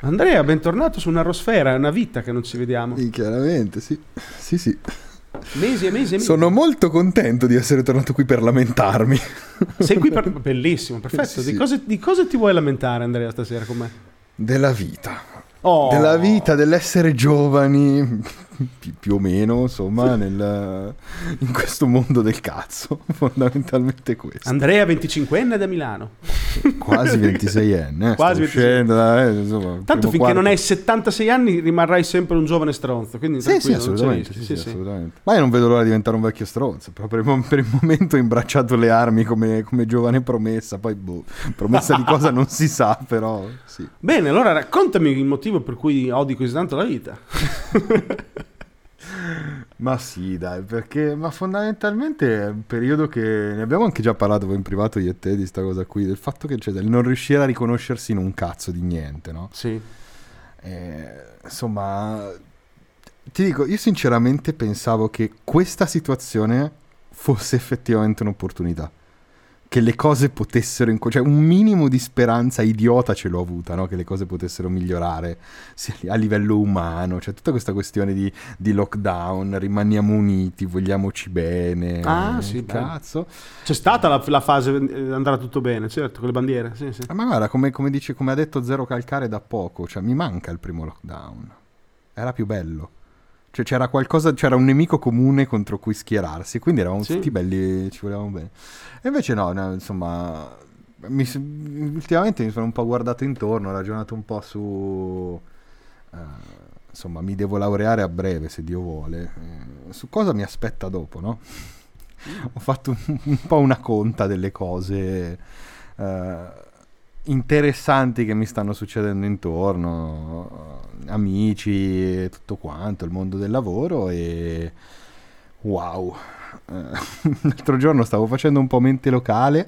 Andrea, bentornato su Narrosfera, è una vita che non ci vediamo. Chiaramente, sì. Sì. Mesi e mesi e mesi. Sono molto contento di essere tornato qui per lamentarmi. Sei qui per... Bellissimo, perfetto. Sì. Di cosa ti vuoi lamentare, Andrea, stasera con me? Della vita. Oh. Della vita, dell'essere giovani, più o meno, insomma, in questo mondo del cazzo, fondamentalmente questo. Andrea, 25enne da Milano. Quasi 26enne. Quasi 26enne. Insomma, tanto finché quarto. non hai 76 anni rimarrai sempre un giovane stronzo. Quindi Sì, assolutamente, assolutamente. Ma io non vedo l'ora di diventare un vecchio stronzo. Però per il momento ho imbracciato le armi come giovane promessa. Poi, promessa di cosa non si sa, però sì. Bene, allora raccontami il motivo per cui odi così tanto la vita. Ma sì, dai, perché fondamentalmente è un periodo che ne abbiamo anche già parlato poi in privato io e te di sta cosa qui, del fatto che c'è del non riuscire a riconoscersi in un cazzo di niente, no? Sì. Insomma, ti dico, io sinceramente pensavo che questa situazione fosse effettivamente un'opportunità, che le cose potessero, cioè un minimo di speranza idiota ce l'ho avuta, no? Che le cose potessero migliorare a livello umano, cioè tutta questa questione di lockdown, rimaniamo uniti, vogliamoci bene. Sì, cazzo. C'è stata la fase andrà tutto bene, certo, con le bandiere, sì. Ma guarda, come ha detto Zero Calcare da poco, cioè mi manca il primo lockdown. Era più bello. Cioè c'era un nemico comune contro cui schierarsi, quindi eravamo tutti belli, ci volevamo bene. E invece no, insomma, ultimamente mi sono un po' guardato intorno, ho ragionato un po' su... insomma, mi devo laureare a breve, se Dio vuole. Su cosa mi aspetta dopo, no? Ho fatto un po' una conta delle cose... interessanti che mi stanno succedendo intorno, amici e tutto quanto, il mondo del lavoro, e wow. L'altro giorno stavo facendo un po' mente locale,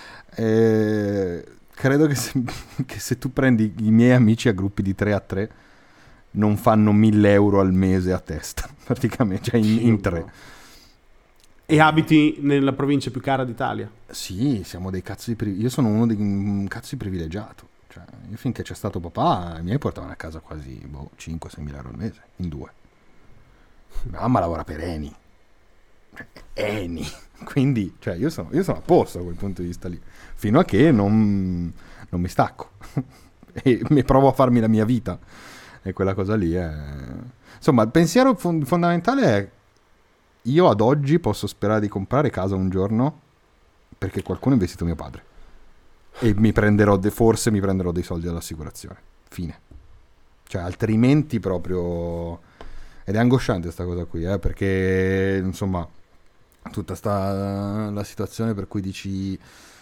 credo che se tu prendi i miei amici a gruppi di 3 a 3 non fanno 1.000 euro al mese a testa praticamente, cioè in 3. E abiti nella provincia più cara d'Italia? Sì, siamo dei cazzi io sono uno dei cazzi privilegiato. Cioè, io finché c'è stato papà, i miei portavano a casa quasi 5-6 mila euro al mese, in 2. Mia mamma lavora per Eni. Eni. Quindi, cioè, io sono a posto da quel punto di vista lì. Fino a che non mi stacco. E mi provo a farmi la mia vita. E quella cosa lì è... Insomma, il pensiero fondamentale è: io ad oggi posso sperare di comprare casa un giorno perché qualcuno ha investito mio padre e forse mi prenderò dei soldi dall'assicurazione. Fine. Cioè, altrimenti proprio... Ed è angosciante sta cosa qui, perché insomma tutta la situazione per cui dici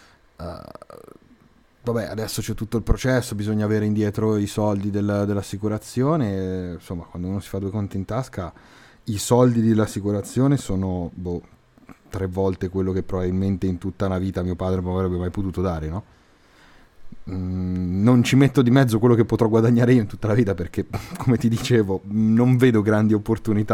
vabbè, adesso c'è tutto il processo, bisogna avere indietro i soldi dell'assicurazione, insomma, quando uno si fa 2 conti in tasca, i soldi dell'assicurazione sono 3 volte quello che probabilmente in tutta una vita mio padre non avrebbe mai potuto dare, no? Non ci metto di mezzo quello che potrò guadagnare io in tutta la vita, perché, come ti dicevo, non vedo grandi opportunità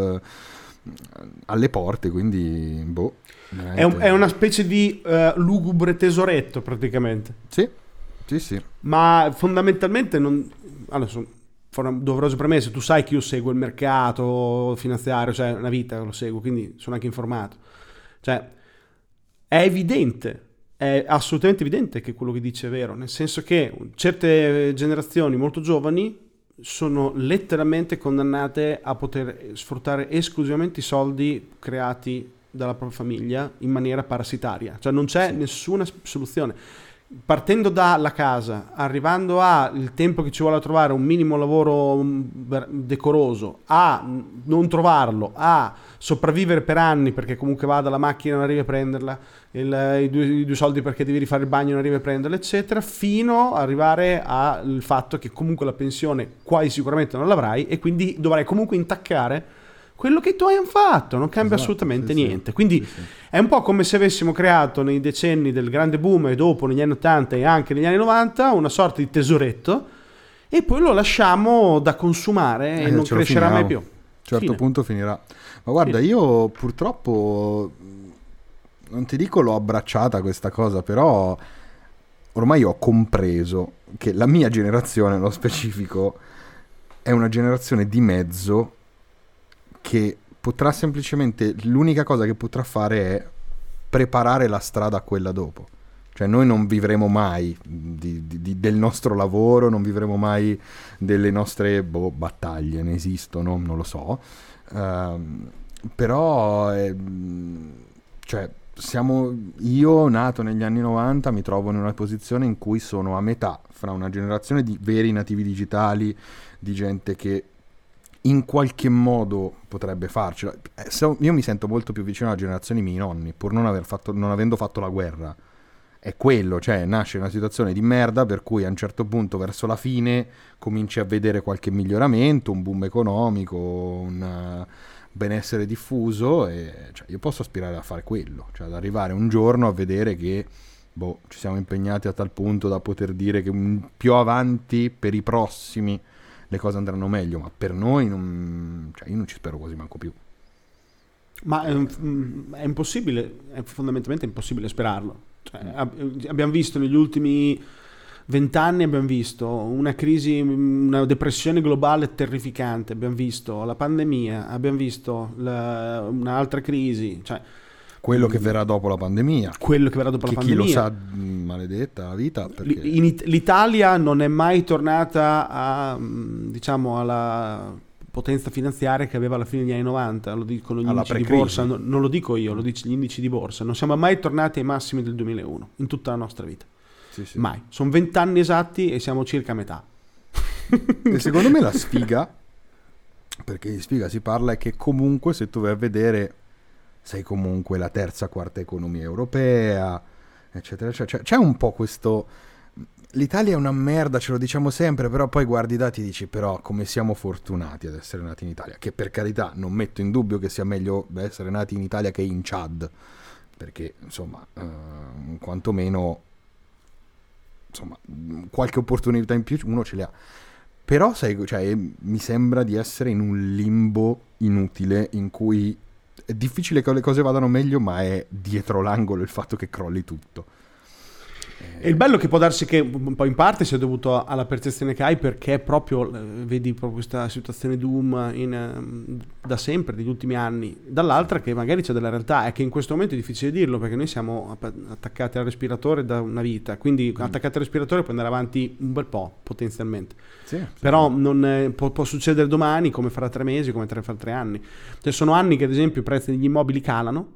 alle porte, quindi è una specie di lugubre tesoretto praticamente. Sì. Ma fondamentalmente allora, doveroso premesso, tu sai che io seguo il mercato finanziario, cioè una vita lo seguo, quindi sono anche informato. Cioè, è evidente, è assolutamente evidente che quello che dice è vero, nel senso che certe generazioni molto giovani sono letteralmente condannate a poter sfruttare esclusivamente i soldi creati dalla propria famiglia in maniera parassitaria, cioè non c'è nessuna soluzione. Partendo dalla casa, arrivando al tempo che ci vuole a trovare un minimo lavoro decoroso, a non trovarlo, a sopravvivere per anni perché comunque vada la macchina non arrivi a prenderla, i due soldi perché devi rifare il bagno non arrivi a prenderla, eccetera, fino ad arrivare al fatto che comunque la pensione quasi sicuramente non l'avrai e quindi dovrai comunque intaccare quello che tu hai fatto, non cambia assolutamente niente. Quindi è un po' come se avessimo creato nei decenni del grande boom e dopo negli anni 80 e anche negli anni 90 una sorta di tesoretto e poi lo lasciamo da consumare e non crescerà mai più. A un certo punto finirà. Ma guarda, io purtroppo, non ti dico l'ho abbracciata questa cosa, però ormai ho compreso che la mia generazione, nello specifico, è una generazione di mezzo che potrà semplicemente, l'unica cosa che potrà fare è preparare la strada a quella dopo. Cioè noi non vivremo mai del nostro lavoro, non vivremo mai delle nostre battaglie, ne esistono, non lo so. Però cioè io nato negli anni 90 mi trovo in una posizione in cui sono a metà fra una generazione di veri nativi digitali, di gente che in qualche modo potrebbe farcela. Io mi sento molto più vicino alla generazione dei miei nonni, pur non avendo fatto la guerra. È quello, cioè nasce una situazione di merda per cui a un certo punto verso la fine cominci a vedere qualche miglioramento, un boom economico, un benessere diffuso, e cioè, io posso aspirare a fare quello, cioè ad arrivare un giorno a vedere che ci siamo impegnati a tal punto da poter dire che più avanti per i prossimi le cose andranno meglio, ma per noi cioè io non ci spero quasi manco più. Ma è impossibile, è fondamentalmente impossibile sperarlo. Cioè, abbiamo visto negli ultimi 20 anni, abbiamo visto una crisi, una depressione globale terrificante, abbiamo visto la pandemia, abbiamo visto un'altra crisi, cioè quello che verrà dopo la pandemia. Quello che verrà dopo la pandemia. Chi lo sa, maledetta la vita. Perché... L'Italia non è mai tornata diciamo alla potenza finanziaria che aveva alla fine degli anni 90, lo dicono gli indici di borsa, non lo dico io, lo dicono gli indici di borsa. Non siamo mai tornati ai massimi del 2001 in tutta la nostra vita. Sì. Mai. Sono 20 anni esatti e siamo circa a metà. E secondo me la sfiga, perché di sfiga si parla, è che comunque se tu vai a vedere sei comunque la terza, quarta economia europea, eccetera, eccetera. C'è un po' questo... L'Italia è una merda, ce lo diciamo sempre, però poi guardi i dati e dici però come siamo fortunati ad essere nati in Italia, che per carità non metto in dubbio che sia meglio essere nati in Italia che in Chad, perché insomma quantomeno insomma qualche opportunità in più uno ce le ha, però sai, cioè, mi sembra di essere in un limbo inutile in cui è difficile che le cose vadano meglio, ma è dietro l'angolo il fatto che crolli tutto. E il bello che può darsi che un po' in parte sia dovuto alla percezione che hai, perché proprio vedi proprio questa situazione doom da sempre, degli ultimi anni. Dall'altra che magari c'è della realtà, è che in questo momento è difficile dirlo perché noi siamo attaccati al respiratore da una vita, quindi attaccati al respiratore puoi andare avanti un bel po' potenzialmente. Sì. Però non può succedere domani come fra 3 mesi, come fra 3 anni. Cioè sono anni che ad esempio i prezzi degli immobili calano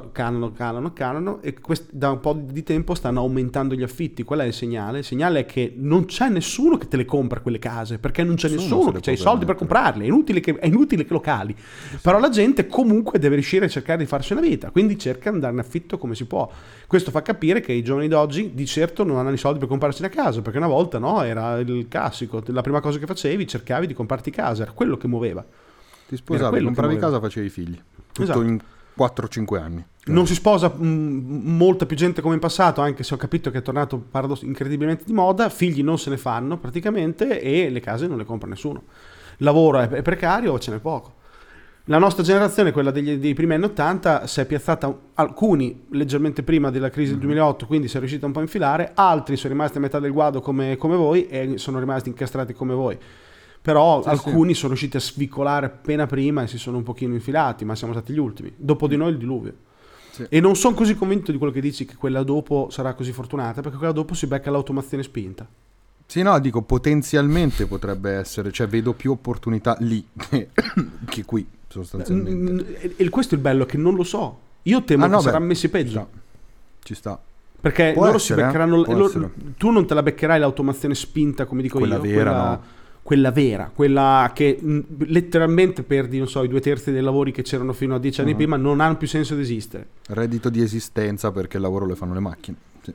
e da un po' di tempo stanno aumentando gli affitti. Qual è il segnale? Il segnale è che non c'è nessuno che te le compra quelle case, perché non c'è nessuno che ha i soldi per comprarle, è inutile che lo cali. Sì. Però la gente comunque deve riuscire a cercare di farsi una vita, quindi cerca di andare in affitto come si può. Questo fa capire che i giovani d'oggi di certo non hanno i soldi per comprarsi una casa, perché una volta no, era il classico, la prima cosa che facevi cercavi di comprarti casa, era quello che muoveva. Ti sposavi, compravi casa, facevi figli, tutto esatto. In 4-5 anni. Non si sposa molta più gente come in passato, anche se ho capito che è tornato incredibilmente di moda. Figli non se ne fanno praticamente e le case non le compra nessuno. Il lavoro è precario o ce n'è poco. La nostra generazione, quella dei primi anni 80, si è piazzata, alcuni leggermente prima della crisi del 2008, quindi si è riuscita un po' a infilare, altri sono rimasti a metà del guado come voi e sono rimasti incastrati come voi. Però sì, alcuni sono riusciti a svicolare appena prima e si sono un pochino infilati, ma siamo stati gli ultimi. Dopo di noi il diluvio. Sì. E non sono così convinto di quello che dici, che quella dopo sarà così fortunata, perché quella dopo si becca l'automazione spinta. Sì, no, dico potenzialmente potrebbe essere, cioè vedo più opportunità lì che qui, sostanzialmente. E questo è il bello, che non lo so. Io temo che saranno messi peggio. Ci sta. Perché può loro essere, si beccheranno... tu non te la beccherai l'automazione spinta, come dico quella io. Vera, no. Quella vera, quella che letteralmente perdi, non so, i 2/3 dei lavori che c'erano fino a 10 anni prima, non hanno più senso di esistere. Reddito di esistenza perché il lavoro le fanno le macchine. Sì.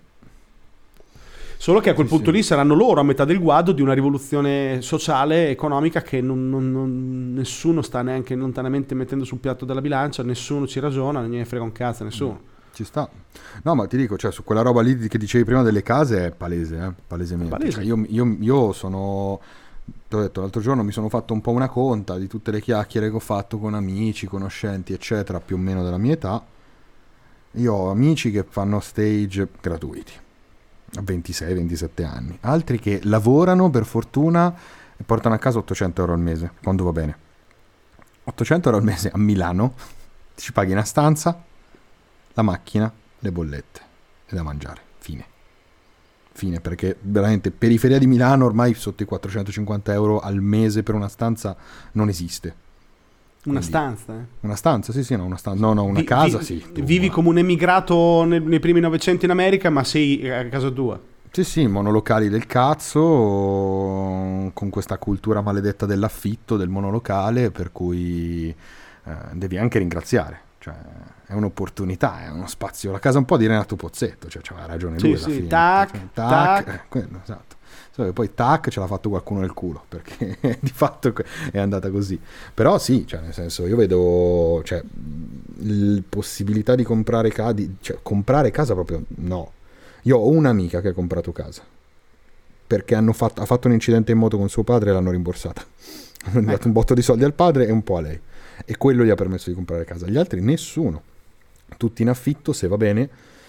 Solo che a quel punto lì saranno loro a metà del guado di una rivoluzione sociale, economica, che nessuno sta neanche lontanamente mettendo sul piatto della bilancia, nessuno ci ragiona, non ne frega un cazzo a nessuno. Ci sta. No, ma ti dico, cioè su quella roba lì che dicevi prima delle case è palese, palesemente. Palese. Cioè, io sono... Ti ho detto, l'altro giorno mi sono fatto un po' una conta di tutte le chiacchiere che ho fatto con amici, conoscenti, eccetera, più o meno della mia età. Io ho amici che fanno stage gratuiti. a 26-27 anni, altri che lavorano per fortuna e portano a casa 800 euro al mese, quando va bene. 800 euro al mese a Milano, ci paghi una stanza, la macchina, le bollette e da mangiare, fine, perché veramente periferia di Milano ormai sotto i 450 euro al mese per una stanza non esiste. Una stanza? Una stanza, sì, no, una stanza, no, una casa, sì. Vivi come un emigrato nei primi Novecento in America, ma sei a casa tua. Sì, monolocali del cazzo, con questa cultura maledetta dell'affitto, del monolocale, per cui devi anche ringraziare. Cioè, è un'opportunità, è uno spazio. La casa un po' di Renato Pozzetto, cioè aveva ragione lui alla fine. Tac. Quello, esatto. Poi tac ce l'ha fatto qualcuno nel culo, perché di fatto è andata così. Però sì, cioè nel senso, io vedo, cioè, possibilità di comprare comprare casa proprio no. Io ho un'amica che ha comprato casa perché ha fatto un incidente in moto con suo padre e l'hanno rimborsata. Hanno dato un botto di soldi al padre e un po' a lei, e quello gli ha permesso di comprare casa. Gli altri nessuno, tutti in affitto se va bene.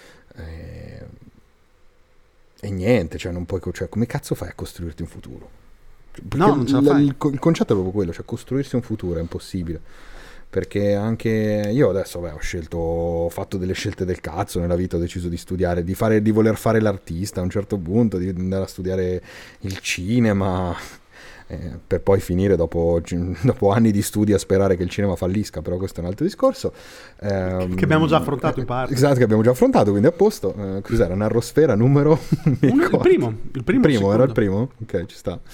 E niente, cioè non puoi, cioè, come cazzo fai a costruirti un futuro? Perché no, non ce la fai. Il concetto è proprio quello, cioè costruirsi un futuro è impossibile. Perché anche io adesso ho fatto delle scelte del cazzo nella vita, ho deciso di studiare, di voler fare l'artista a un certo punto, di andare a studiare il cinema, per poi finire dopo anni di studi a sperare che il cinema fallisca, però questo è un altro discorso. Che abbiamo già affrontato in parte. Esatto, che abbiamo già affrontato, quindi a posto. Cos'era? Narrosfera numero... il primo. Era il primo? Ok, ci sta.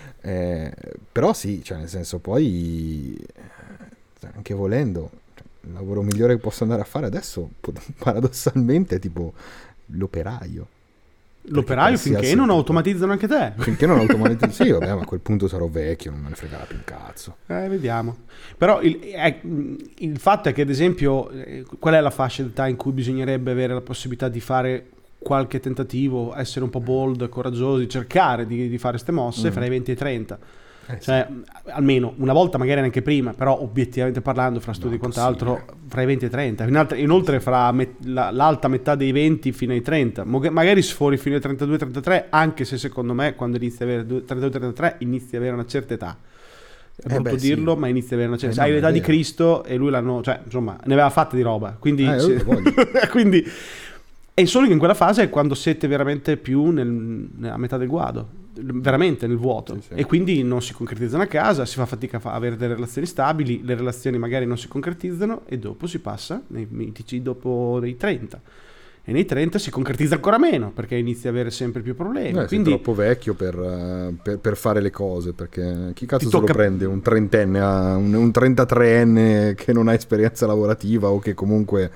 Però sì, cioè nel senso poi... anche volendo, il lavoro migliore che posso andare a fare adesso paradossalmente è tipo l'operaio finché non automatizzano anche te. Finché non automatizzano, sì, vabbè, ma a quel punto sarò vecchio, non me ne fregherà più un cazzo. Vediamo. Però il fatto è che, ad esempio, qual è la fascia d'età in cui bisognerebbe avere la possibilità di fare qualche tentativo, essere un po' bold, coraggiosi, cercare di fare ste mosse fra i 20 e i 30. Cioè, almeno una volta, magari anche prima, però obiettivamente parlando, fra studi e quant'altro, fra i 20 e i 30. Inoltre fra l'alta metà dei 20 fino ai 30, magari sfori fino ai 32-33, anche se secondo me quando inizi a avere 32-33 inizi a avere una certa età. È brutto dirlo, sì. Ma inizia ad avere una certa età. Hai l'età di Cristo e lui cioè, insomma, ne aveva fatte di roba. Quindi, quindi è solo che in quella fase è quando siete veramente più nella metà del guado, veramente nel vuoto, sì. E quindi non si concretizzano a casa, si fa fatica a avere delle relazioni stabili, le relazioni magari non si concretizzano e dopo si passa nei mitici dopo dei 30. E nei 30 si concretizza ancora meno perché inizi a avere sempre più problemi. Quindi sei troppo vecchio per fare le cose, perché chi cazzo se lo prende un trentenne, un 33enne che non ha esperienza lavorativa o che comunque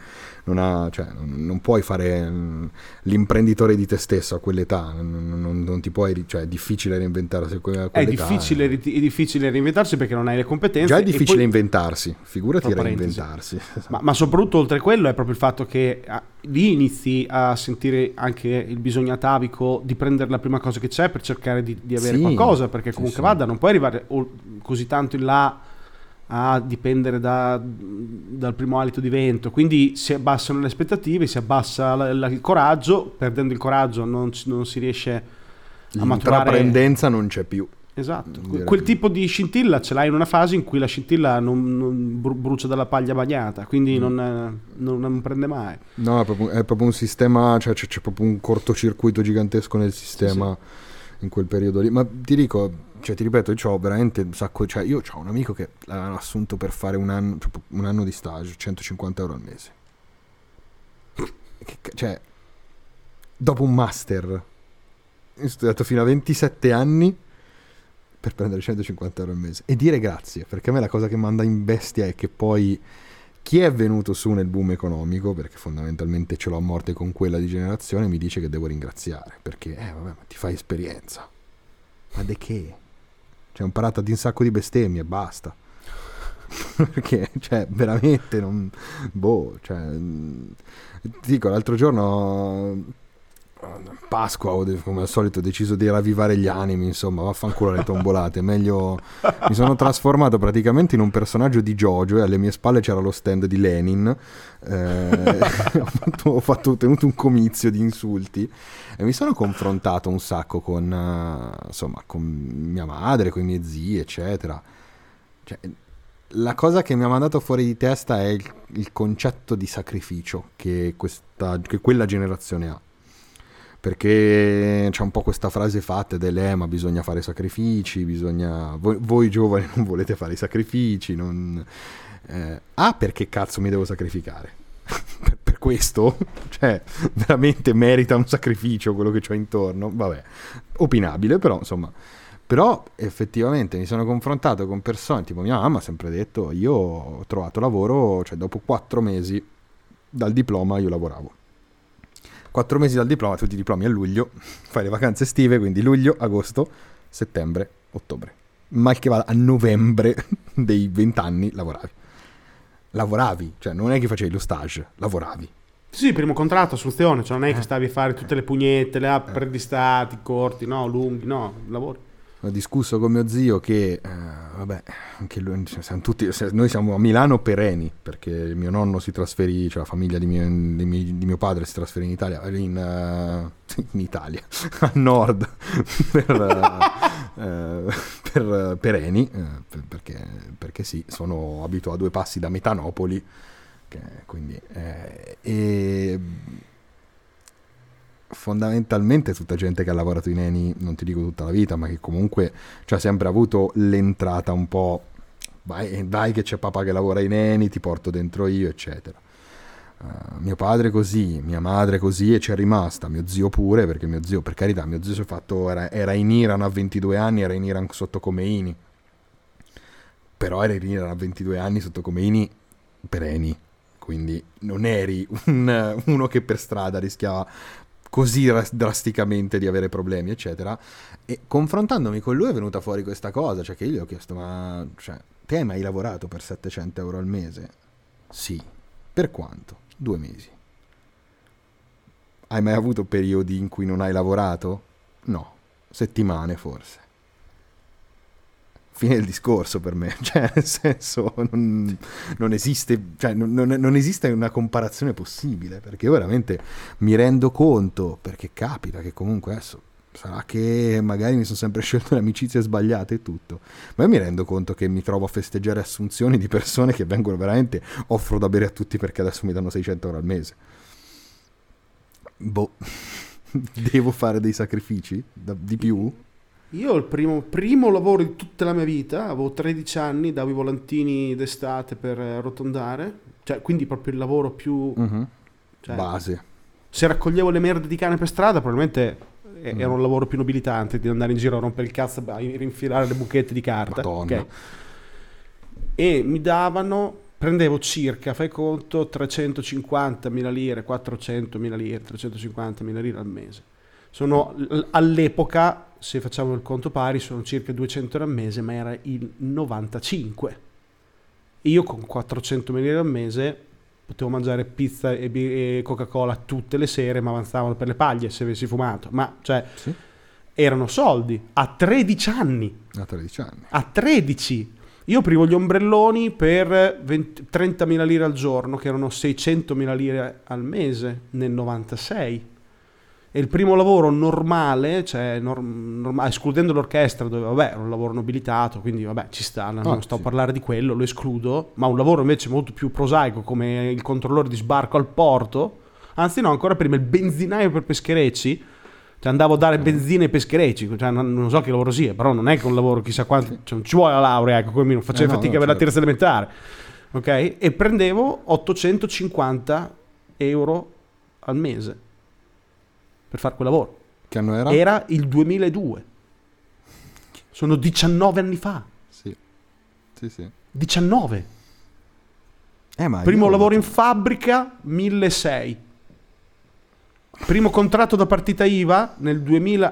non puoi fare l'imprenditore di te stesso a quell'età, non ti puoi, cioè è difficile reinventarsi a quell'età. È difficile reinventarsi perché non hai le competenze. Già è difficile inventarsi, figurati reinventarsi. Ma soprattutto oltre quello è proprio il fatto che lì inizi a sentire anche il bisogno atavico di prendere la prima cosa che c'è per cercare di avere qualcosa, perché comunque non puoi arrivare così tanto in là a dipendere dal primo alito di vento, quindi si abbassano le aspettative, si abbassa il coraggio, perdendo il coraggio non si riesce a maturare. L'intraprendenza non c'è più. Esatto, quel tipo di scintilla ce l'hai in una fase in cui la scintilla non brucia dalla paglia bagnata, quindi non prende mai. No, è proprio un sistema, cioè c'è proprio un cortocircuito gigantesco nel sistema, sì. In quel periodo lì. Ma ti dico, cioè ti ripeto, io ho veramente un sacco, cioè io ho un amico che l'avevano assunto per fare un anno di stage, 150 euro al mese. Cioè, dopo un master, io ho studiato fino a 27 anni per prendere 150 euro al mese e dire grazie, perché a me la cosa che manda in bestia è che poi chi è venuto su nel boom economico, perché fondamentalmente ce l'ho a morte con quella di generazione, mi dice che devo ringraziare perché vabbè, ma ti fai esperienza. Ma de che? Cioè ho imparato ad un sacco di bestemmie e basta. Perché cioè veramente non cioè ti dico, l'altro giorno Pasqua, come al solito ho deciso di ravvivare gli animi, insomma, vaffanculo le tombolate, meglio. Mi sono trasformato praticamente in un personaggio di JoJo e alle mie spalle c'era lo stand di Lenin. Ho tenuto un comizio di insulti e mi sono confrontato un sacco con insomma, con mia madre, con i miei zii, eccetera. Cioè, la cosa che mi ha mandato fuori di testa è il concetto di sacrificio che quella generazione ha. Perché c'è un po' questa frase fatta ma bisogna fare sacrifici, voi giovani non volete fare i sacrifici, perché cazzo mi devo sacrificare? per questo? Cioè, veramente merita un sacrificio quello che c'ho intorno? Vabbè, opinabile, però insomma. Però effettivamente mi sono confrontato con persone, tipo mia mamma ha sempre detto, io ho trovato lavoro, cioè dopo 4 mesi dal diploma io lavoravo. 4 mesi dal diploma, tutti i diplomi a luglio, fai le vacanze estive, quindi luglio, agosto, settembre, ottobre. Mal che vada a novembre dei 20 anni lavoravi, cioè non è che facevi lo stage, lavoravi. Sì, primo contratto, assunzione, cioè non è che stavi a fare tutte le pugnette, le apprendistati, corti, no, lunghi, no, lavori. Ho discusso con mio zio che, vabbè, anche lui, siamo tutti, noi siamo a Milano per Eni, perché mio nonno si trasferì, cioè la famiglia di mio padre si trasferì in Italia, in Italia, a nord, per Eni, perché sì, sono abituato a 2 passi da Metanopoli, quindi, fondamentalmente tutta gente che ha lavorato in Eni, non ti dico tutta la vita, ma che comunque ha sempre avuto l'entrata un po' vai che c'è papà che lavora in Eni, ti porto dentro io, eccetera. Mio padre così, mia madre così, e c'è rimasta, mio zio pure, perché mio zio, per carità, mio zio si è fatto, era in Iran a 22 anni, era in Iran sotto Khomeini, però era in Iran a 22 anni sotto Khomeini per Eni, quindi non eri uno che per strada rischiava così drasticamente di avere problemi, eccetera. E confrontandomi con lui è venuta fuori questa cosa, cioè che io gli ho chiesto, ma te hai mai lavorato per 700 euro al mese? Sì. Per quanto? 2 mesi. Hai mai avuto periodi in cui non hai lavorato? No. Settimane forse. Fine del discorso per me, cioè nel senso non esiste, cioè non esiste una comparazione possibile, perché io veramente mi rendo conto, perché capita che comunque adesso sarà che magari mi sono sempre scelto le amicizie sbagliate e tutto, ma io mi rendo conto che mi trovo a festeggiare assunzioni di persone che vengono veramente, offro da bere a tutti perché adesso mi danno 600 euro al mese. Devo fare dei sacrifici di più? Io il primo lavoro di tutta la mia vita, avevo 13 anni, davo i volantini d'estate per arrotondare, cioè quindi proprio il lavoro più cioè, base. Se raccoglievo le merde di cane per strada probabilmente era un lavoro più nobilitante di andare in giro a rompere il cazzo, a rinfilare le buchette di carta. Okay. E mi prendevo circa, fai conto, 350.000 lire, 400.000 lire, 350.000 lire al mese. Sono all'epoca, se facciamo il conto pari, sono circa 200 euro al mese, ma era il 95. Io con 400.000 lire al mese potevo mangiare pizza e Coca-Cola tutte le sere, ma avanzavano per le paglie se avessi fumato. Ma cioè, sì, erano soldi a 13 anni. A 13 anni. A 13. Io aprivo gli ombrelloni per 30.000 lire al giorno, che erano 600.000 lire al mese nel 96. E il primo lavoro normale, cioè escludendo l'orchestra, dove vabbè era un lavoro nobilitato, quindi vabbè ci sta, non sto a parlare di quello, lo escludo, ma un lavoro invece molto più prosaico come il controllore di sbarco al porto, anzi no, ancora prima il benzinaio per pescherecci, cioè andavo a dare benzina ai pescherecci, cioè non so che lavoro sia, però non è che un lavoro chissà quanto, cioè, non ci vuole la laurea, ecco, come non facevo fatica per la terza elementare, ok? E prendevo 850 euro al mese per fare quel lavoro. Che anno era? Era il 2002. Sono 19 anni fa. Sì. Sì, sì. 19. Primo lavoro in fabbrica 1.600. Primo contratto da partita IVA nel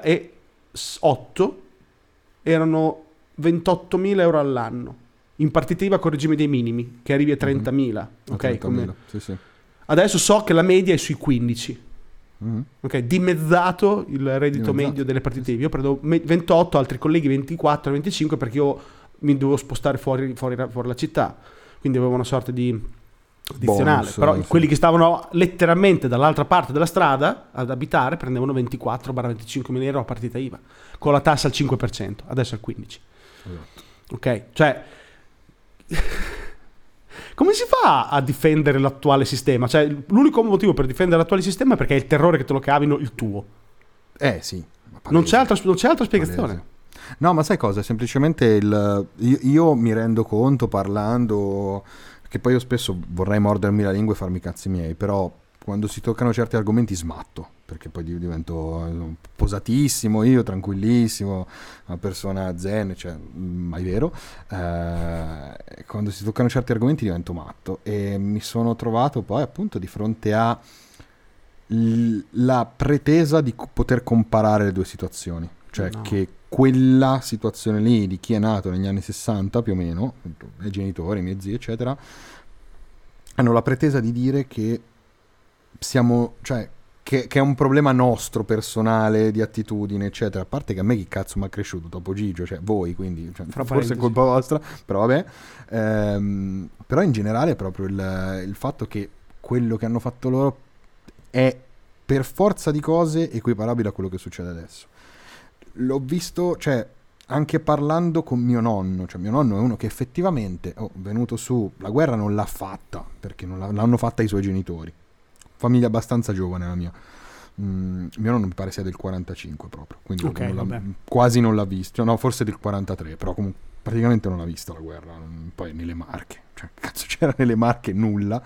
2008 erano 28.000 euro all'anno. In partita IVA con regime dei minimi, che arrivi a 30.000. Ok? 30.000. Sì, sì. Adesso so che la media è sui 15. Ok, dimezzato il reddito medio delle partite IVA. Io prendo 28, altri colleghi 24, 25, perché io mi dovevo spostare fuori la città, quindi avevo una sorta di addizionale. Bonus, però sì. quelli che stavano letteralmente dall'altra parte della strada ad abitare prendevano 24-25 mila euro a partita IVA, con la tassa al 5%, adesso al 15%. Esatto. Ok, cioè come si fa a difendere l'attuale sistema? Cioè, l'unico motivo per difendere l'attuale sistema è perché è il terrore che te lo cavino il tuo. Sì. Non c'è altra spiegazione. Palese. No, ma sai cosa? Semplicemente io mi rendo conto parlando, che poi io spesso vorrei mordermi la lingua e farmi i cazzi miei, però quando si toccano certi argomenti smatto, perché poi divento posatissimo, io tranquillissimo, una persona zen, cioè mai vero. Quando si toccano certi argomenti divento matto, e mi sono trovato poi appunto di fronte a la pretesa di poter comparare le due situazioni, cioè che quella situazione lì di chi è nato negli anni 60 più o meno, i miei genitori, i miei zii eccetera, hanno la pretesa di dire che siamo, cioè che è un problema nostro personale di attitudine eccetera, a parte che a me chi cazzo mi ha cresciuto dopo Gigio, cioè voi, quindi forse è colpa vostra, però vabbè. Però in generale è proprio il fatto che quello che hanno fatto loro è per forza di cose equiparabile a quello che succede adesso. L'ho visto, cioè anche parlando con mio nonno, cioè mio nonno è uno che effettivamente venuto su, la guerra non l'ha fatta perché non l'hanno fatta i suoi genitori, famiglia abbastanza giovane la mia. Mio nonno mi pare sia del 45 proprio, quindi quasi non l'ha visto, no, forse del 43, però comunque praticamente non ha visto la guerra. Poi nelle Marche, cioè cazzo c'era nelle Marche nulla.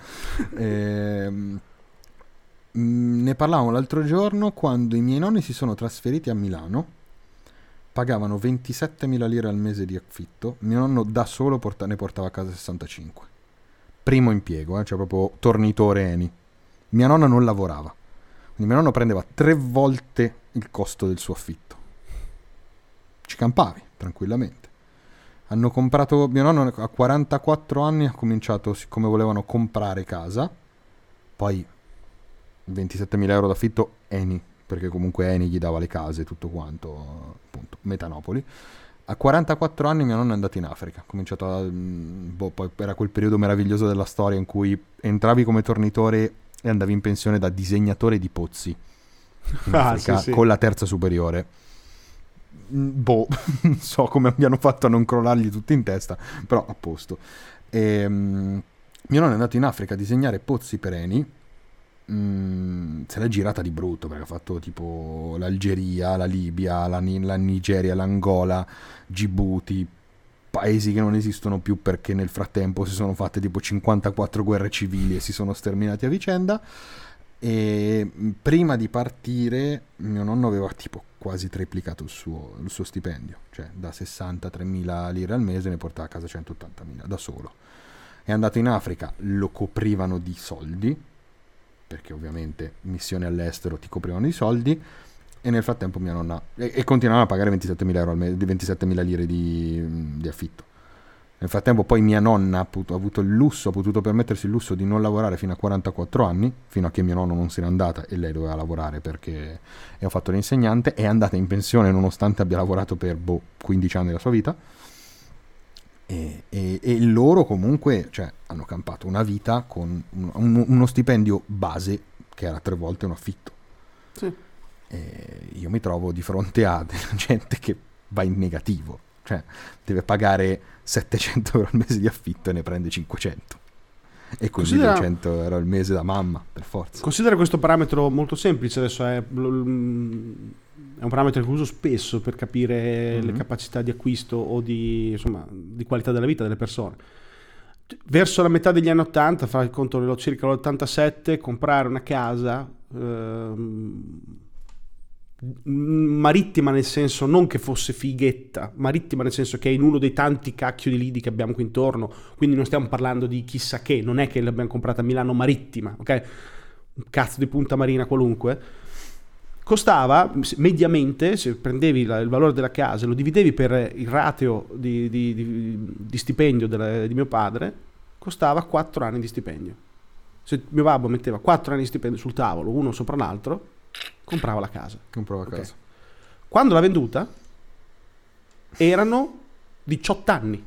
Ne parlavamo l'altro giorno quando i miei nonni si sono trasferiti a Milano, pagavano 27.000 lire al mese di affitto, mio nonno da solo ne portava a casa 65, primo impiego, cioè proprio tornitore Eni. Mia nonna non lavorava, quindi mio nonno prendeva 3 volte il costo del suo affitto, ci campavi tranquillamente. Hanno comprato, mio nonno a 44 anni ha cominciato, siccome volevano comprare casa, poi 27.000 euro d'affitto Eni, perché comunque Eni gli dava le case, tutto quanto, appunto, Metanopoli. A 44 anni mio nonno è andato in Africa, ha cominciato poi era quel periodo meraviglioso della storia in cui entravi come tornitore e andavi in pensione da disegnatore di pozzi in Africa, sì. Con la terza superiore. Non so come abbiano fatto a non crollargli tutti in testa, però a posto. Mio nonno è andato in Africa a disegnare pozzi per Eni. Se l'è girata di brutto, perché ha fatto tipo l'Algeria, la Libia, la Nigeria, l'Angola, Djibouti, paesi che non esistono più perché nel frattempo si sono fatte tipo 54 guerre civili e si sono sterminati a vicenda. E prima di partire mio nonno aveva tipo quasi triplicato il suo stipendio, cioè da 63.000 lire al mese ne portava a casa 180.000 da solo. È andato in Africa, lo coprivano di soldi, perché ovviamente missioni all'estero ti coprivano di soldi, e nel frattempo mia nonna e continuavano a pagare 27.000 euro al mese, 27.000 lire di affitto. Nel frattempo poi mia nonna ha avuto il lusso, ha potuto permettersi il lusso di non lavorare fino a 44 anni, fino a che mio nonno non se n'è andata e lei doveva lavorare perché ha fatto l'insegnante, è andata in pensione nonostante abbia lavorato per 15 anni della sua vita. E loro comunque, cioè, hanno campato una vita con uno stipendio base che era 3 volte un affitto. Sì. E io mi trovo di fronte a della gente che va in negativo, cioè deve pagare 700 euro al mese di affitto e ne prende 500, e quindi 200 euro al mese da mamma per forza. Considera questo parametro molto semplice, adesso è un parametro che uso spesso per capire le capacità di acquisto o di qualità della vita delle persone. Verso la metà degli anni 80, fa il conto circa l'87, comprare una casa marittima, nel senso non che fosse fighetta, marittima nel senso che è in uno dei tanti cacchio di lidi che abbiamo qui intorno, quindi non stiamo parlando di chissà che, non è che l'abbiamo comprata a Milano Marittima, ok? Un cazzo di Punta Marina qualunque. Costava mediamente, se prendevi il valore della casa e lo dividevi per il rateo di stipendio di mio padre, costava 4 anni di stipendio. Se mio babbo metteva 4 anni di stipendio sul tavolo, uno sopra l'altro, comprava la casa. Comprava Ok. casa. Quando l'ha venduta erano 18 anni.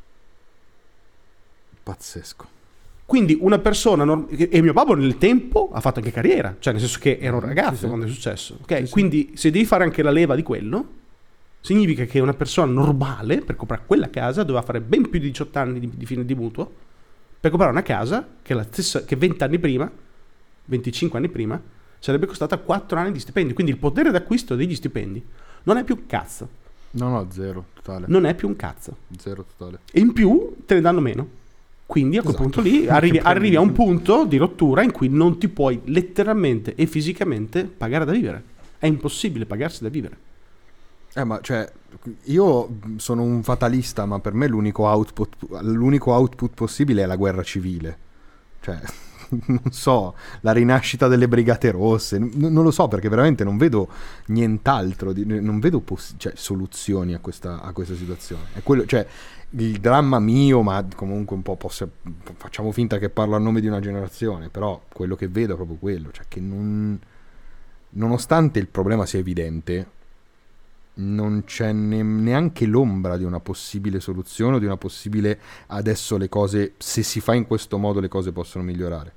Pazzesco. Quindi una persona e mio babbo nel tempo ha fatto anche carriera, cioè nel senso che era un ragazzo sì. quando è successo, ok? Sì, sì. Quindi se devi fare anche la leva di quello, significa che una persona normale per comprare quella casa doveva fare ben più di 18 anni di fine di mutuo per comprare una casa che è la stessa che 20 anni prima, 25 anni prima, sarebbe costata 4 anni di stipendi. Quindi il potere d'acquisto degli stipendi non è più un cazzo, No, zero totale. non è più un cazzo. Zero totale. E in più te ne danno meno. Quindi a quel Esatto. punto lì arrivi a un punto di rottura in cui non ti puoi letteralmente e fisicamente pagare da vivere. È impossibile pagarsi da vivere. Ma cioè, io sono un fatalista, ma per me l'unico output possibile è la guerra civile. Cioè, non so, la rinascita delle Brigate Rosse, non lo so, perché veramente non vedo nient'altro, non vedo cioè, soluzioni a questa situazione. È quello, cioè, il dramma mio, ma comunque un po' facciamo finta che parlo a nome di una generazione, però quello che vedo è proprio quello, cioè che nonostante il problema sia evidente, non c'è neanche l'ombra di una possibile soluzione o di una possibile adesso le cose, se si fa in questo modo le cose possono migliorare.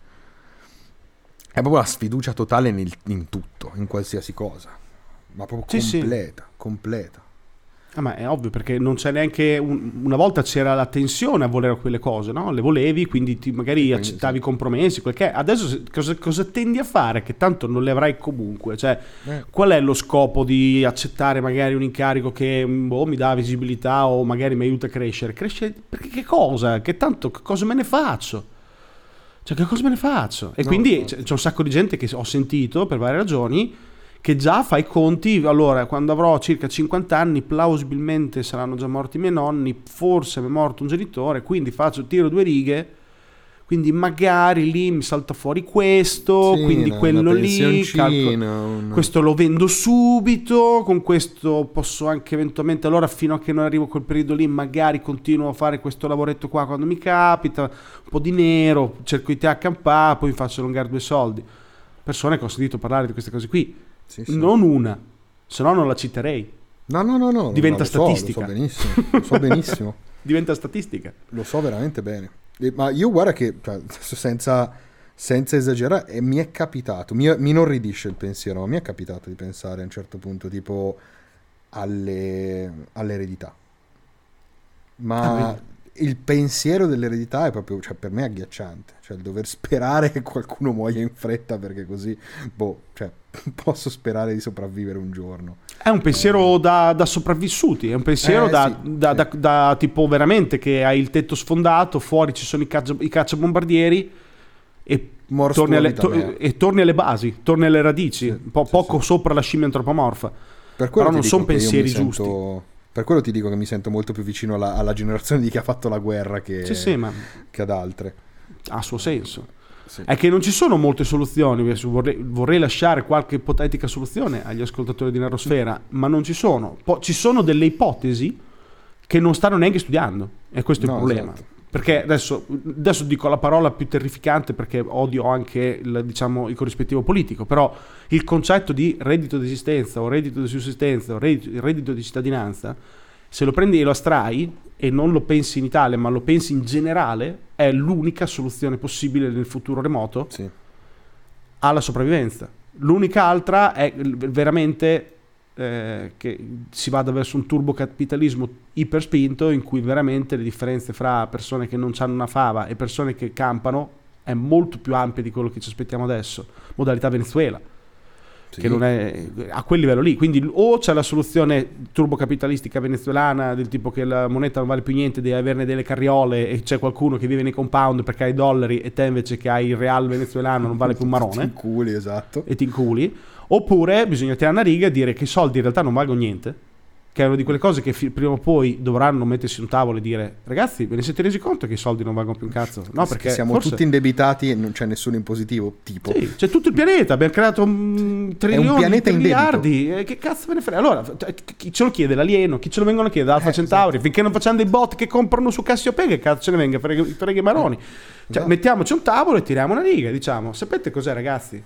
È proprio la sfiducia totale in tutto, in qualsiasi cosa, ma proprio Sì, completa. Ma è ovvio, perché non c'è neanche una volta c'era la tensione a volere quelle cose, no? Le volevi, quindi magari accettavi i compromessi, quel che è. Adesso cosa tendi a fare? Che tanto non le avrai comunque, cioè qual è lo scopo di accettare magari un incarico che mi dà visibilità o magari mi aiuta a crescere? Crescere perché che cosa? Che tanto che cosa me ne faccio? Cioè che cosa me ne faccio? E quindi c'è un sacco di gente che ho sentito per varie ragioni che già fa i conti. Allora, quando avrò circa 50 anni plausibilmente saranno già morti i miei nonni, forse mi è morto un genitore, quindi tiro 2 righe, quindi magari lì mi salta fuori questo, sì, quindi quello lì questo lo vendo subito, con questo posso anche eventualmente, allora fino a che non arrivo a quel periodo lì magari continuo a fare questo lavoretto qua quando mi capita, un po' di nero, cerco di te accampare, poi mi faccio allungare 2 soldi. Persone che ho sentito parlare di queste cose qui. Sì. Non una, se no non la citerei. No. Diventa statistica. Lo so benissimo. Diventa statistica. Lo so veramente bene. Ma io guarda che, cioè, senza esagerare, mi è capitato, mi inorridisce il pensiero, ma mi è capitato di pensare a un certo punto tipo all'eredità. Ma il pensiero dell'eredità è proprio, cioè, per me è agghiacciante. Cioè il dover sperare che qualcuno muoia in fretta perché così, cioè, posso sperare di sopravvivere un giorno. È un pensiero da sopravvissuti, è un pensiero da tipo veramente che hai il tetto sfondato, fuori ci sono i cacciabombardieri e torni alle basi, torni alle radici, poco sopra la scimmia antropomorfa. Però non sono pensieri giusti. Per quello ti dico che mi sento molto più vicino alla generazione di chi ha fatto la guerra che ad altre. Ha suo senso. Sì. È che non ci sono molte soluzioni. Vorrei lasciare qualche ipotetica soluzione agli ascoltatori di Nerosfera, ma non ci sono. Ci sono delle ipotesi che non stanno neanche studiando, e questo è il problema. Esatto. Perché adesso dico la parola più terrificante perché odio anche il corrispettivo politico, però il concetto di reddito di esistenza o reddito di sussistenza o reddito di cittadinanza, se lo prendi e lo astrai e non lo pensi in Italia ma lo pensi in generale, è l'unica soluzione possibile nel futuro remoto alla sopravvivenza. L'unica altra è veramente che si vada verso un turbocapitalismo iperspinto in cui veramente le differenze fra persone che non hanno una fava e persone che campano è molto più ampia di quello che ci aspettiamo adesso. Modalità Venezuela, che non è a quel livello lì. Quindi o c'è la soluzione turbocapitalistica venezuelana del tipo che la moneta non vale più niente, devi averne delle carriole e c'è qualcuno che vive nei compound perché hai i dollari e te invece che hai il real venezuelano non vale più un marone. Ti inculi, esatto. E ti inculi. Oppure bisogna tirare una riga e dire che i soldi in realtà non valgono niente, che è una di quelle cose che prima o poi dovranno mettersi un tavolo e dire: ragazzi, ve ne siete resi conto che i soldi non valgono più un cazzo? No, perché siamo tutti indebitati e non c'è nessuno in positivo, tipo. Sì, c'è tutto il pianeta, abbiamo creato trilioni, miliardi, che cazzo me ne frega? Allora, chi ce lo chiede? L'alieno? Chi ce lo vengono a chiedere? Alfa Centauri? Esatto. Finché non facciamo dei bot che comprano su Cassiopeia, che cazzo ce ne venga? Frega i maroni. Cioè, mettiamoci un tavolo e tiriamo una riga, diciamo: sapete cos'è, ragazzi?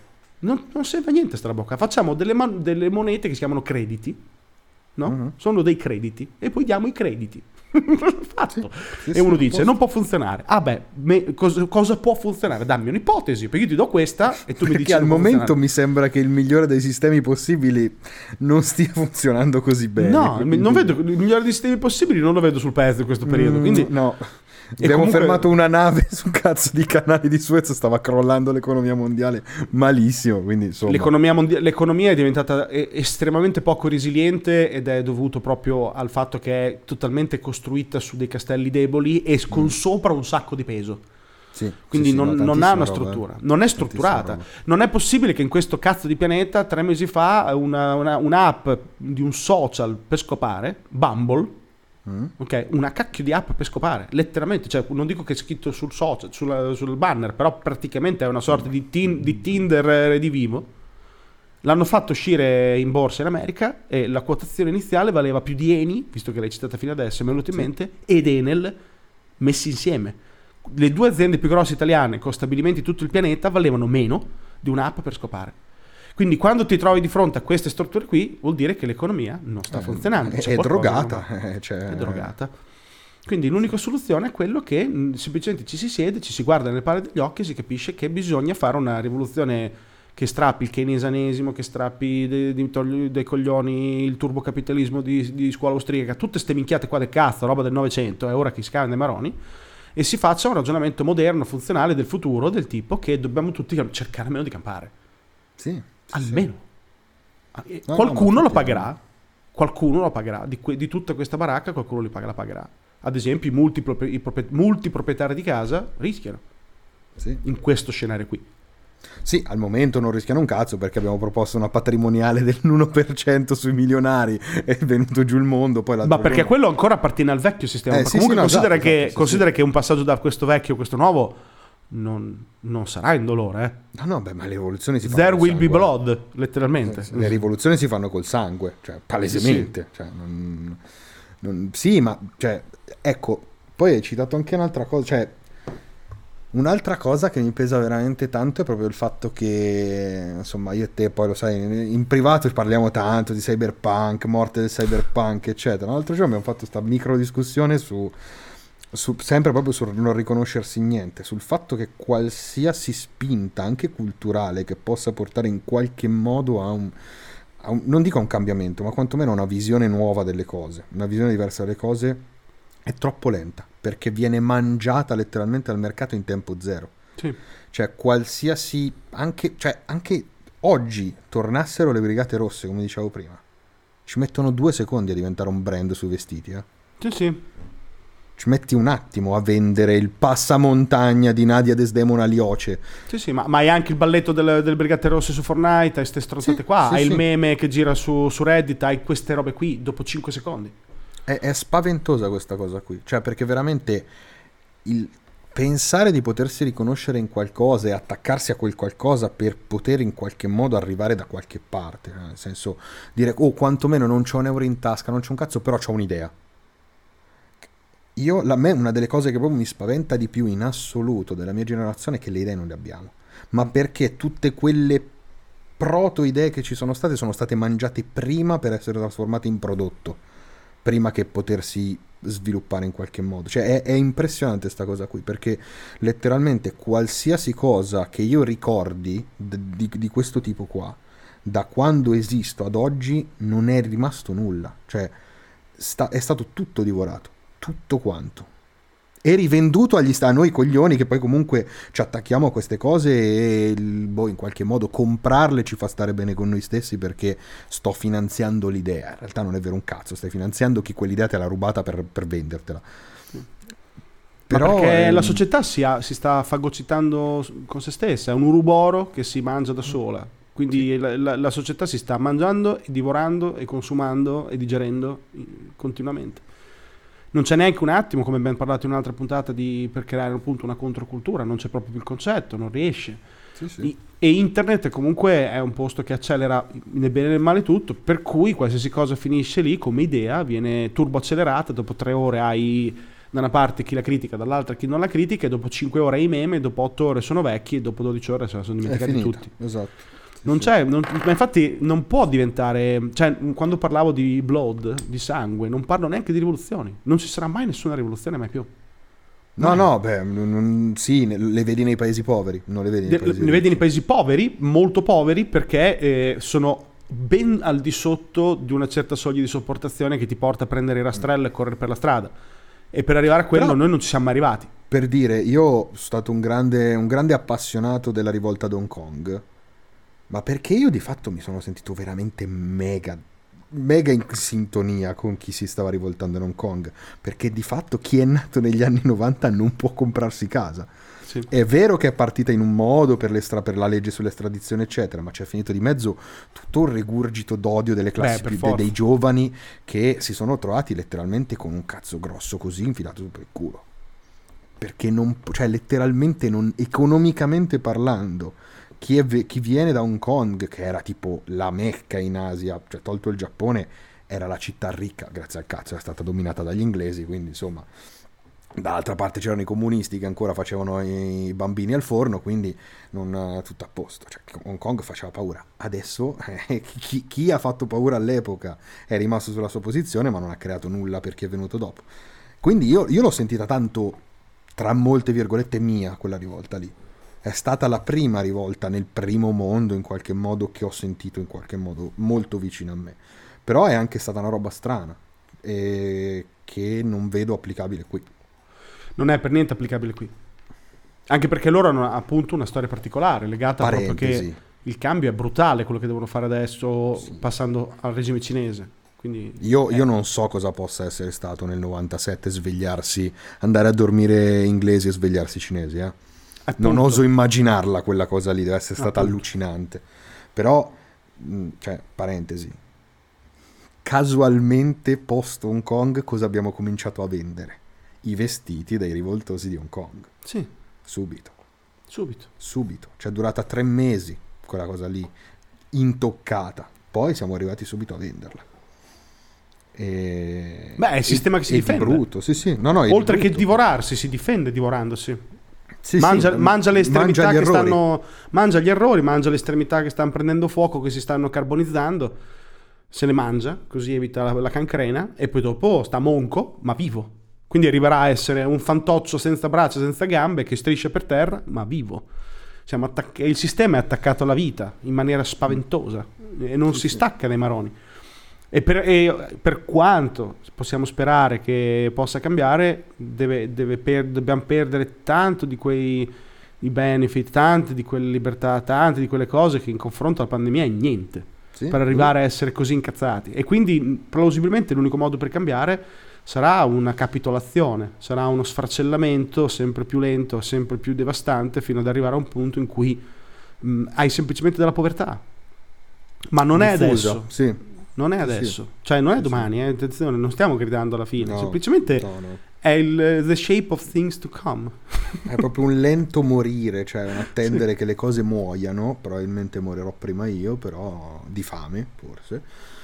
Non serve a niente sta roba qua. Facciamo delle monete che si chiamano crediti, no? Mhm. Sono dei crediti e poi diamo i crediti. Fatto. Sì, E sì, uno a dice posto. non può funzionare. Ah beh, cosa può funzionare? Dammi un'ipotesi, perché io ti do questa e tu mi dici Perché al non può momento funzionare. mi sembra che il migliore dei sistemi possibili non stia funzionando così bene. No, quindi- non vedo il migliore dei sistemi possibili, non lo vedo sul pezzo in questo periodo. Quindi no. E Abbiamo comunque- fermato una nave su cazzo di canali di Suez, stava crollando l'economia mondiale malissimo, quindi insomma. l'economia è diventata estremamente poco resiliente ed è dovuto proprio al fatto che è totalmente costruita su dei castelli deboli e con sopra un sacco di peso. Sì, Quindi sì, sì, non no, ha una tantissima struttura, roba, non è tantissima strutturata. roba. Non è possibile che in questo cazzo di pianeta 3 mesi fa un'app di un social per scopare, Bumble, ok, una cacchio di app per scopare, letteralmente, cioè non dico che è scritto sul social, sul banner, però praticamente è una sorta di Tinder redivivo. L'hanno fatto uscire in borsa in America e la quotazione iniziale valeva più di Eni, visto che l'hai citata fino adesso, mi è venuto in mente, ed Enel messi insieme. Le due aziende più grosse italiane con stabilimenti in tutto il pianeta valevano meno di un'app per scopare. Quindi quando ti trovi di fronte a queste strutture qui vuol dire che l'economia non sta funzionando. C'è È qualcosa che non drogata. va. Cioè, È drogata. Quindi l'unica soluzione è quello che semplicemente ci si siede, ci si guarda nelle palle degli occhi e si capisce che bisogna fare una rivoluzione che strappi il keynesianesimo, che strappi dei coglioni il turbocapitalismo di scuola austriaca, tutte ste minchiate qua del cazzo, roba del Novecento, è ora che si cagano dei maroni, e si faccia un ragionamento moderno, funzionale del futuro, del tipo che dobbiamo tutti cercare almeno di campare. sì, Almeno. No, Qualcuno no, lo infatti, pagherà. Qualcuno lo pagherà. Di tutta questa baracca qualcuno la pagherà. Ad esempio i multiproprietari di casa rischiano sì. in questo scenario qui. Sì, al momento non rischiano un cazzo perché abbiamo proposto una patrimoniale dell'1% sui milionari, è venuto giù il mondo. Poi l'altro Ma perché giorno- quello ancora appartiene al vecchio sistema. Ma sì, comunque sì, no, considera, esatto, che, esatto, sì, considera sì. che un passaggio da questo vecchio a questo nuovo non sarà indolore. No, beh, ma le rivoluzioni si fanno There col will be sangue. blood, letteralmente. Le rivoluzioni si fanno col sangue, cioè palesemente. Cioè, sì, ma cioè, ecco, poi hai citato anche un'altra cosa, cioè un'altra cosa che mi pesa veramente tanto è proprio il fatto che, insomma, io e te poi lo sai, in privato parliamo tanto di cyberpunk, morte del cyberpunk, eccetera. L'altro giorno abbiamo fatto questa micro discussione sempre proprio sul non riconoscersi niente, sul fatto che qualsiasi spinta, anche culturale, che possa portare in qualche modo non dico a un cambiamento, ma quantomeno a una visione nuova delle cose, una visione diversa delle cose, è troppo lenta, perché viene mangiata letteralmente dal mercato in tempo zero. Sì. Cioè qualsiasi, anche oggi tornassero le Brigate Rosse, come dicevo prima, ci mettono 2 secondi a diventare un brand sui vestiti, Sì, sì. Ci metti un attimo a vendere il passamontagna di Nadia Desdemona Lioce. Sì, ma hai anche il balletto delle Brigate Rosse su Fortnite, hai queste stronzate Sì, qua, sì, hai sì. il meme che gira su Reddit, hai queste robe qui dopo 5 secondi. È spaventosa questa cosa qui, cioè perché veramente il pensare di potersi riconoscere in qualcosa e attaccarsi a quel qualcosa per poter in qualche modo arrivare da qualche parte, nel senso dire quantomeno non c'ho un euro in tasca, non c'ho un cazzo, però c'ho un'idea. A me una delle cose che proprio mi spaventa di più in assoluto della mia generazione è che le idee non le abbiamo, ma perché tutte quelle proto idee che ci sono state mangiate prima per essere trasformate in prodotto, prima che potersi sviluppare in qualche modo. Cioè è impressionante sta cosa qui, perché letteralmente qualsiasi cosa che io ricordi di questo tipo qua, da quando esisto ad oggi, non è rimasto nulla. Cioè è stato tutto divorato, tutto quanto, e rivenduto a noi coglioni che poi comunque ci attacchiamo a queste cose e in qualche modo comprarle ci fa stare bene con noi stessi perché sto finanziando l'idea. In realtà non è vero un cazzo, stai finanziando chi quell'idea te l'ha rubata per vendertela. Però perché la società si sta fagocitando con se stessa, è un uruboro che si mangia da sola. Quindi la società si sta mangiando e divorando e consumando e digerendo continuamente. Non c'è neanche un attimo, come abbiamo parlato in un'altra puntata, per creare appunto una controcultura, non c'è proprio più il concetto, non riesce. Sì. E internet comunque è un posto che accelera nel bene e nel male tutto, per cui qualsiasi cosa finisce lì come idea viene turbo accelerata, dopo 3 ore hai da una parte chi la critica, dall'altra chi non la critica, e dopo 5 ore hai i meme, dopo 8 ore sono vecchi e dopo 12 ore se la sono È dimenticati finita, tutti. esatto. Non c'è, ma infatti non può diventare, cioè quando parlavo di blood, di sangue, non parlo neanche di rivoluzioni, non ci sarà mai nessuna rivoluzione mai più. No, sì, le vedi nei paesi poveri, non le vedi nei paesi Le vedi nei paesi poveri, molto poveri, perché sono ben al di sotto di una certa soglia di sopportazione che ti porta a prendere il rastrello e correre per la strada. E per arrivare a quello Però, noi non ci siamo mai arrivati. per dire, io sono stato un grande appassionato della rivolta ad Hong Kong, ma perché io di fatto mi sono sentito veramente mega in sintonia con chi si stava rivoltando in Hong Kong, perché di fatto chi è nato negli anni 90 non può comprarsi casa. Sì. È vero che è partita in un modo per la legge sull'estradizione eccetera, ma c'è finito di mezzo tutto un rigurgito d'odio delle classi dei giovani che si sono trovati letteralmente con un cazzo grosso così infilato per il culo, perché cioè letteralmente economicamente parlando, chi viene da Hong Kong, che era tipo la Mecca in Asia, cioè tolto il Giappone, era la città ricca, grazie al cazzo, era stata dominata dagli inglesi, quindi insomma, dall'altra parte c'erano i comunisti che ancora facevano i bambini al forno, quindi non tutto a posto, cioè Hong Kong faceva paura. Adesso chi ha fatto paura all'epoca è rimasto sulla sua posizione, ma non ha creato nulla per chi è venuto dopo. Quindi io l'ho sentita tanto, tra molte virgolette, mia quella rivolta lì. È stata la prima rivolta nel primo mondo in qualche modo che ho sentito in qualche modo molto vicino a me, però è anche stata una roba strana e che non vedo applicabile qui. Non è per niente applicabile qui, anche perché loro hanno appunto una storia particolare legata proprio che il cambio è brutale, quello che devono fare adesso, sì, passando al regime cinese. Quindi io non so cosa possa essere stato nel 97 svegliarsi, andare a dormire inglesi e svegliarsi cinesi, non oso immaginarla quella cosa lì, deve essere stata allucinante. Però, cioè, parentesi, casualmente post Hong Kong cosa abbiamo cominciato a vendere? I vestiti dei rivoltosi di Hong Kong. Sì. Subito. Cioè è durata 3 mesi quella cosa lì, intoccata. Poi siamo arrivati subito a venderla. Beh, è il sistema che si difende. È brutto, sì. No, oltre che divorarsi, si difende divorandosi. Sì, mangia le estremità che stanno, mangia gli errori, mangia le estremità che stanno prendendo fuoco, che si stanno carbonizzando, se le mangia, così evita la cancrena, e poi dopo sta monco, ma vivo. Quindi arriverà a essere un fantoccio senza braccia, senza gambe, che striscia per terra, ma vivo. Il sistema è attaccato alla vita in maniera spaventosa e non si stacca dai maroni. E per quanto possiamo sperare che possa cambiare, dobbiamo perdere tanto di quei benefit, tante di quelle libertà, tante di quelle cose che in confronto alla pandemia è niente, per arrivare a essere così incazzati. E quindi plausibilmente l'unico modo per cambiare sarà una capitolazione, sarà uno sfracellamento sempre più lento, sempre più devastante, fino ad arrivare a un punto in cui hai semplicemente della povertà. Ma non è adesso. Sì. Non è adesso, cioè non è domani, attenzione, non stiamo gridando alla fine, semplicemente è the shape of things to come. È proprio un lento morire, cioè un attendere che le cose muoiano. Probabilmente morirò prima io, però di fame forse.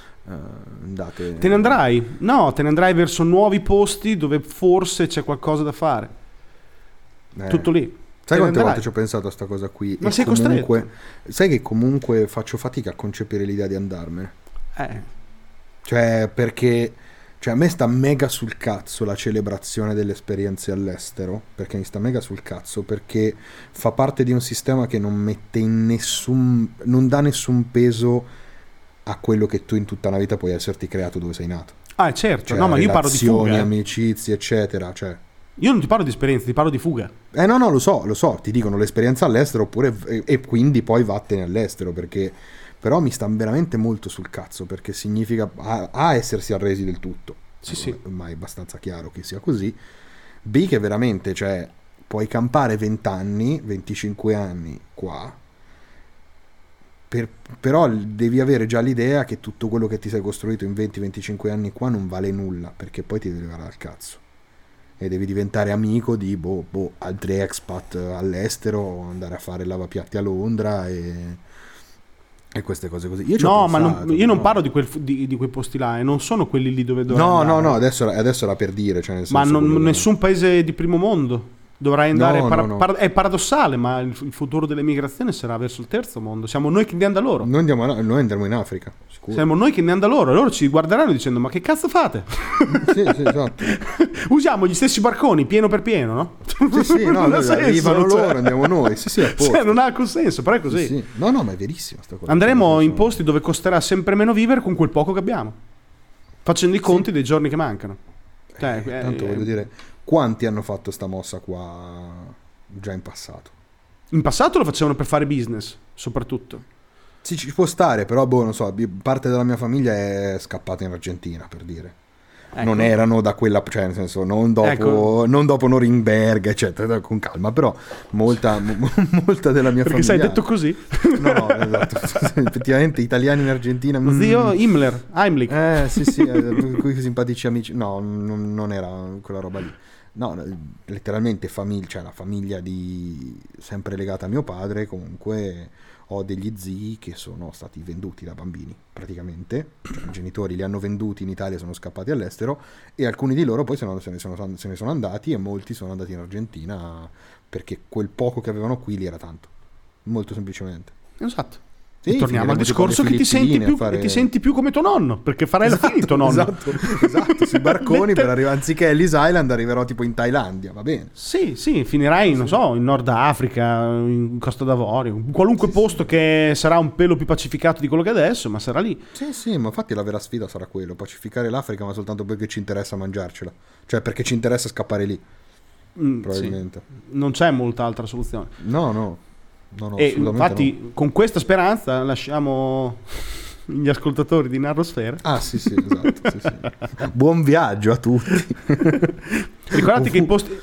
Te ne andrai? No, te ne andrai verso nuovi posti dove forse c'è qualcosa da fare. Tutto lì. Sai quante volte ci ho pensato a sta cosa qui? Ma sei costretto. Sai che comunque faccio fatica a concepire l'idea di andarmene. Cioè, perché a me sta mega sul cazzo la celebrazione delle esperienze all'estero, perché mi sta mega sul cazzo, perché fa parte di un sistema che non mette non dà nessun peso a quello che tu in tutta una vita puoi esserti creato dove sei nato. Certo, cioè, no, ma io parlo di fuga, amicizie, eccetera, cioè. Io non ti parlo di esperienza, ti parlo di fuga. No, lo so, ti dicono l'esperienza all'estero oppure e quindi poi vattene all'estero, perché però mi sta veramente molto sul cazzo, perché significa A essersi arresi del tutto, sì. Ormai è abbastanza chiaro che sia così. B che veramente, cioè, puoi campare 20 anni, 25 anni qua, però devi avere già l'idea che tutto quello che ti sei costruito in 20-25 anni qua non vale nulla, perché poi ti devi levare al cazzo e devi diventare amico di altri expat all'estero, andare a fare lavapiatti a Londra e queste cose così. Io non parlo di quei posti là, e non sono quelli lì dove dovrei andare. No, adesso era per dire, cioè nel senso, ma nessun paese di primo mondo. Dovrai andare, No. è paradossale, ma il futuro dell'emigrazione sarà verso il terzo mondo. Siamo noi che andiamo da loro. Noi andremo in Africa, sicuro. Siamo noi che andiamo da loro. E loro ci guarderanno dicendo: ma che cazzo fate? Sì, esatto. Usiamo gli stessi barconi, pieno per pieno, no? Sì, no, Non ha senso, arrivano cioè. loro, andiamo noi. Sì, a posto. Cioè, non ha alcun senso, però è così. Sì. No, ma è verissimo sta cosa. Andremo in posti dove costerà sempre meno vivere con quel poco che abbiamo, facendo i conti dei giorni che mancano. Cioè, tanto voglio dire, quanti hanno fatto sta mossa qua già in passato? in passato lo facevano per fare business, soprattutto. Sì, ci può stare, però non so, parte della mia famiglia è scappata in Argentina, per dire. Ecco. Non erano da quella, cioè nel senso non dopo, Ecco. non dopo Norimberga, eccetera, con calma, però molta della mia Perché famiglia. sai, detto così. No, esatto. Effettivamente italiani in Argentina. Lo zio Himmler, Heimlich. Sì, quei simpatici amici. No, non era quella roba lì. No, letteralmente cioè la famiglia sempre legata a mio padre, comunque ho degli zii che sono stati venduti da bambini, praticamente. Cioè, i genitori li hanno venduti in Italia, sono scappati all'estero e alcuni di loro poi se ne sono andati e molti sono andati in Argentina perché quel poco che avevano qui lì era tanto. Molto semplicemente. Esatto. Sì, E torniamo al finiremo tipo discorso alle che Filippine ti senti più come tuo nonno, perché farai la fine di tuo nonno. Esatto, sui barconi per arrivare, anziché Ellis Island arriverò tipo in Thailandia, va bene. Sì, finirai, non so, in Nord Africa, in Costa d'Avorio, in qualunque posto che sarà un pelo più pacificato di quello che è adesso, ma sarà lì. Sì, ma infatti la vera sfida sarà quello, pacificare l'Africa, ma soltanto perché ci interessa mangiarcela. Cioè perché ci interessa scappare lì, probabilmente. Sì. Non c'è molta altra soluzione. No, E assolutamente infatti no. con questa speranza lasciamo gli ascoltatori di Narrosfera. Ah sì, esatto. Sì. Buon viaggio a tutti. Ricordate che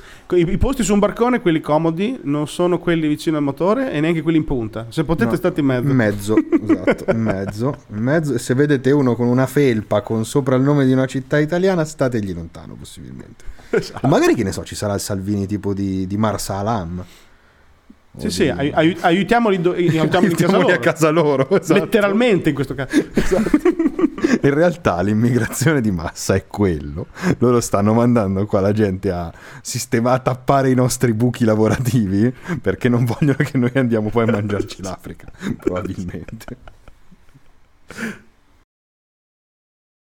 i posti su un barcone, quelli comodi, non sono quelli vicino al motore e neanche quelli in punta. Se potete state in mezzo. Esatto, in mezzo. E se vedete uno con una felpa con sopra il nome di una città italiana, stategli lontano possibilmente. Esatto. O magari, che ne so, ci sarà il Salvini tipo di Marsa Alam. Sì, aiutiamoli in casa loro. Esatto. Letteralmente in questo caso. Esatto. In realtà l'immigrazione di massa è quello. Loro stanno mandando qua la gente a tappare i nostri buchi lavorativi perché non vogliono che noi andiamo poi a mangiarci l'Africa, probabilmente.